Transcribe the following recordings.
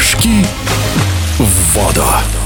Прыжки в воду.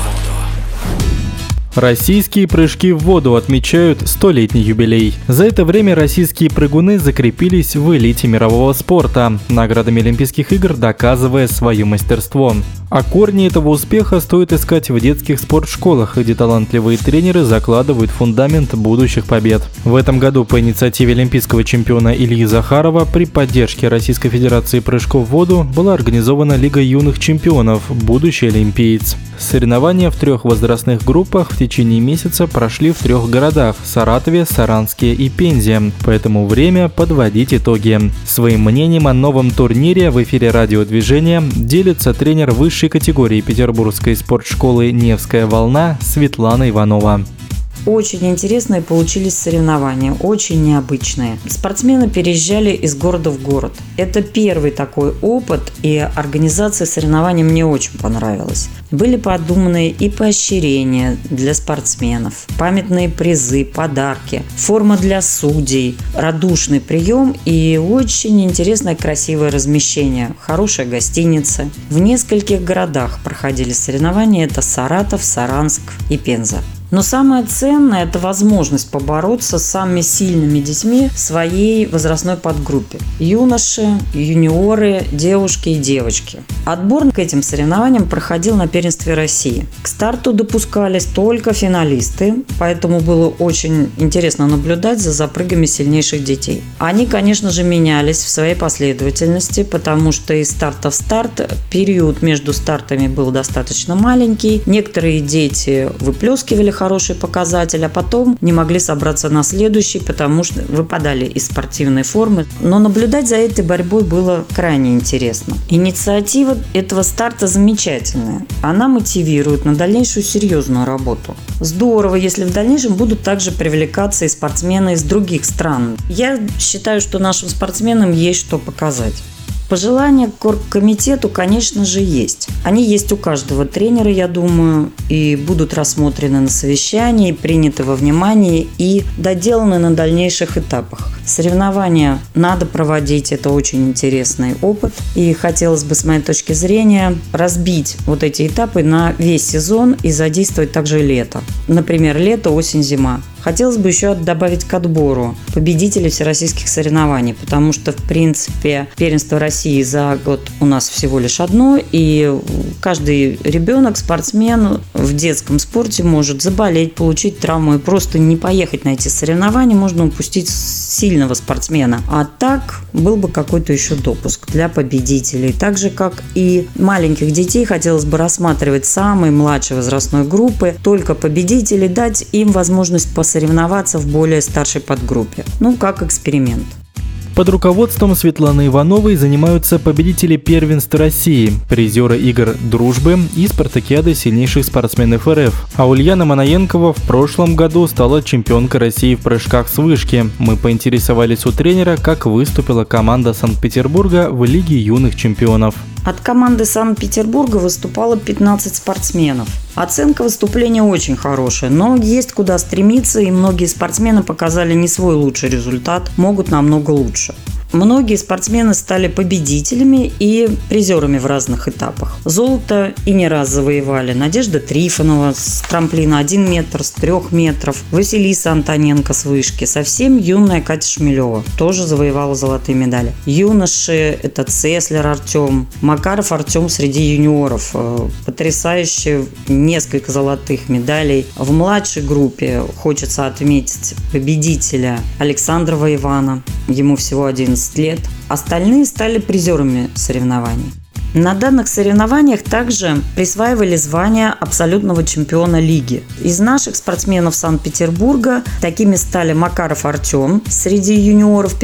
Российские прыжки в воду отмечают 100-летний юбилей. За это время российские прыгуны закрепились в элите мирового спорта, наградами Олимпийских игр доказывая свое мастерство. А корни этого успеха стоит искать в детских спортшколах, где талантливые тренеры закладывают фундамент будущих побед. В этом году по инициативе олимпийского чемпиона Ильи Захарова при поддержке Российской Федерации прыжков в воду была организована Лига юных чемпионов «Будущий олимпиец». Соревнования в 3 возрастных группах в течение месяца прошли в 3 городах – Саратове, Саранске и Пензе. Поэтому время подводить итоги. Своим мнением о новом турнире в эфире радиодвижения делится тренер высшей категории Петербургской спортшколы «Невская волна» Светлана Иванова. Очень интересные получились соревнования, очень необычные. Спортсмены переезжали из города в город. Это первый такой опыт, и организация соревнований мне очень понравилась. Были продуманы и поощрения для спортсменов, памятные призы, подарки, форма для судей, радушный прием и очень интересное красивое размещение, хорошая гостиница. В нескольких городах проходили соревнования, это Саратов, Саранск и Пенза. Но самое ценное – это возможность побороться с самыми сильными детьми в своей возрастной подгруппе. Юноши, юниоры, девушки и девочки. Отбор к этим соревнованиям проходил на первенстве России. К старту допускались только финалисты, поэтому было очень интересно наблюдать за запрыгами сильнейших детей. Они, конечно же, менялись в своей последовательности, потому что из старта в старт период между стартами был достаточно маленький. Некоторые дети выплескивали хороший показатель, а потом не могли собраться на следующий, потому что выпадали из спортивной формы. Но наблюдать за этой борьбой было крайне интересно. Инициатива этого старта замечательная. Она мотивирует на дальнейшую серьезную работу. Здорово, если в дальнейшем будут также привлекаться и спортсмены из других стран. Я считаю, что нашим спортсменам есть что показать. Пожелания к оргкомитету, конечно же, есть. Они есть у каждого тренера, я думаю, и будут рассмотрены на совещании, приняты во внимание и доделаны на дальнейших этапах. Соревнования надо проводить, это очень интересный опыт. И хотелось бы, с моей точки зрения, разбить вот эти этапы на весь сезон и задействовать также лето. Например, лето, осень, зима. Хотелось бы еще добавить к отбору победителей всероссийских соревнований, потому что, в принципе, первенство России за год у нас всего лишь одно, и каждый ребенок, спортсмен в детском спорте может заболеть, получить травму и просто не поехать на эти соревнования, можно упустить сильного спортсмена. А так был бы какой-то еще допуск для победителей. Так же, как и маленьких детей, хотелось бы рассматривать самой младшей возрастной группы, только победителей, дать им возможность посоревноваться в более старшей подгруппе. Как эксперимент. Под руководством Светланы Ивановой занимаются победители первенств России, призеры игр «Дружбы» и спартакиады сильнейших спортсменов РФ. А Ульяна Манаенкова в прошлом году стала чемпионкой России в прыжках с вышки. Мы поинтересовались у тренера, как выступила команда Санкт-Петербурга в Лиге юных чемпионов. От команды Санкт-Петербурга выступало 15 спортсменов. Оценка выступления очень хорошая, но есть куда стремиться, и многие спортсмены показали не свой лучший результат, могут намного лучше. Многие спортсмены стали победителями и призерами в разных этапах. Золото и не раз завоевали Надежда Трифонова с трамплина 1 метр, с 3 метров, Василиса Антоненко с вышки, совсем юная Катя Шмелева тоже завоевала золотые медали. Юноши – это Цеслер Артем, Макаров Артем среди юниоров, потрясающе несколько золотых медалей. В младшей группе хочется отметить победителя Александрова Ивана, ему всего 11 лет. Остальные стали призерами соревнований. На данных соревнованиях также присваивали звание абсолютного чемпиона лиги. Из наших спортсменов Санкт-Петербурга такими стали Макаров Артем среди юниоров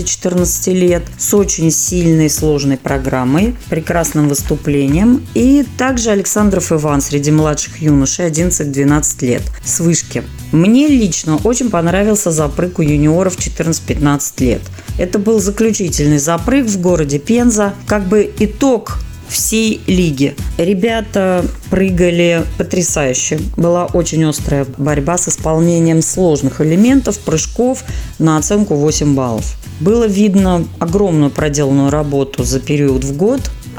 15-14 лет с очень сильной сложной программой, прекрасным выступлением, и также Александров Иван среди младших юношей 11-12 лет с вышки. Мне лично очень понравился запрыг у юниоров 14-15 лет. Это был заключительный запрыг в городе Пенза, как бы итог всей лиги. Ребята прыгали потрясающе. Была очень острая борьба с исполнением сложных элементов, прыжков на оценку 8 баллов. Было видно огромную проделанную работу за период в год.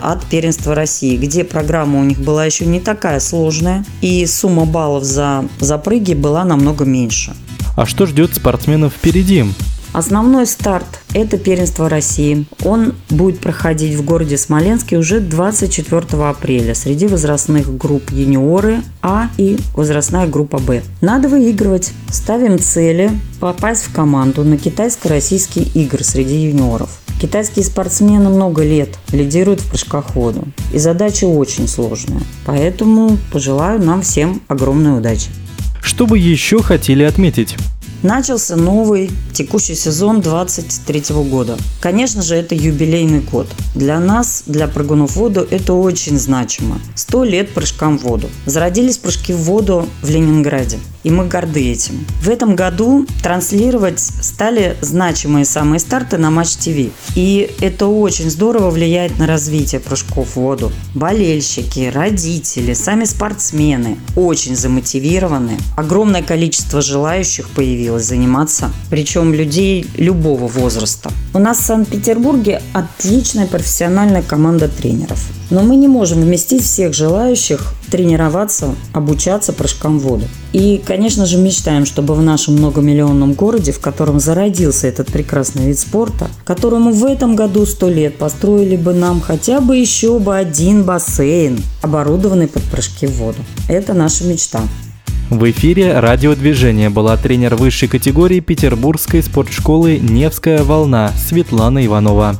от первенства России, где программа у них была еще не такая сложная, и сумма баллов за запрыги была намного меньше. А что ждет спортсменов впереди? Основной старт – это первенство России. Он будет проходить в городе Смоленске уже 24 апреля среди возрастных групп юниоры А и возрастная группа Б. Надо выигрывать. Ставим цели попасть в команду на китайско-российские игры среди юниоров. Китайские спортсмены много лет лидируют в прыжках в воду. И задача очень сложная. Поэтому пожелаю нам всем огромной удачи. Что бы еще хотели отметить? Начался новый текущий сезон 2023 года. Конечно же, это юбилейный год. Для нас, для прыгунов в воду, это очень значимо. 100 лет прыжкам в воду. Зародились прыжки в воду в Ленинграде. И мы горды этим. В этом году транслировать стали значимые самые старты на Матч ТВ. И это очень здорово влияет на развитие прыжков в воду. Болельщики, родители, сами спортсмены очень замотивированы. Огромное количество желающих появилось заниматься, причем людей любого возраста. У нас в Санкт-Петербурге отличная профессиональная команда тренеров. Но мы не можем вместить всех желающих тренироваться, обучаться прыжкам в воду. И, конечно же, мечтаем, чтобы в нашем многомиллионном городе, в котором зародился этот прекрасный вид спорта, которому в этом году 100 лет, построили бы нам хотя бы еще один бассейн, оборудованный под прыжки в воду. Это наша мечта. В эфире радиодвижения была тренер высшей категории Петербургской спортшколы «Невская волна» Светлана Иванова.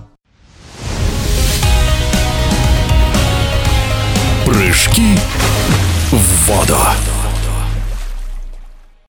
Прыжки в воду.